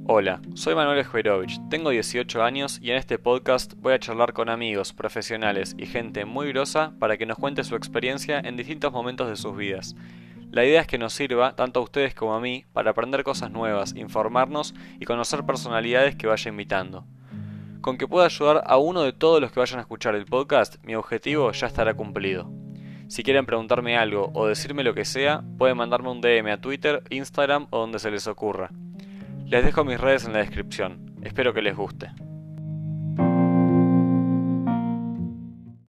Hola, soy Manuel Esjuerovich, tengo 18 años y en este podcast voy a charlar con amigos, profesionales y gente muy grosa para que nos cuente su experiencia en distintos momentos de sus vidas. La idea es que nos sirva, tanto a ustedes como a mí, para aprender cosas nuevas, informarnos y conocer personalidades que vaya invitando. Con que pueda ayudar a uno de todos los que vayan a escuchar el podcast, mi objetivo ya estará cumplido. Si quieren preguntarme algo o decirme lo que sea, pueden mandarme un DM a Twitter, Instagram o donde se les ocurra. Les dejo mis redes en la descripción. Espero que les guste.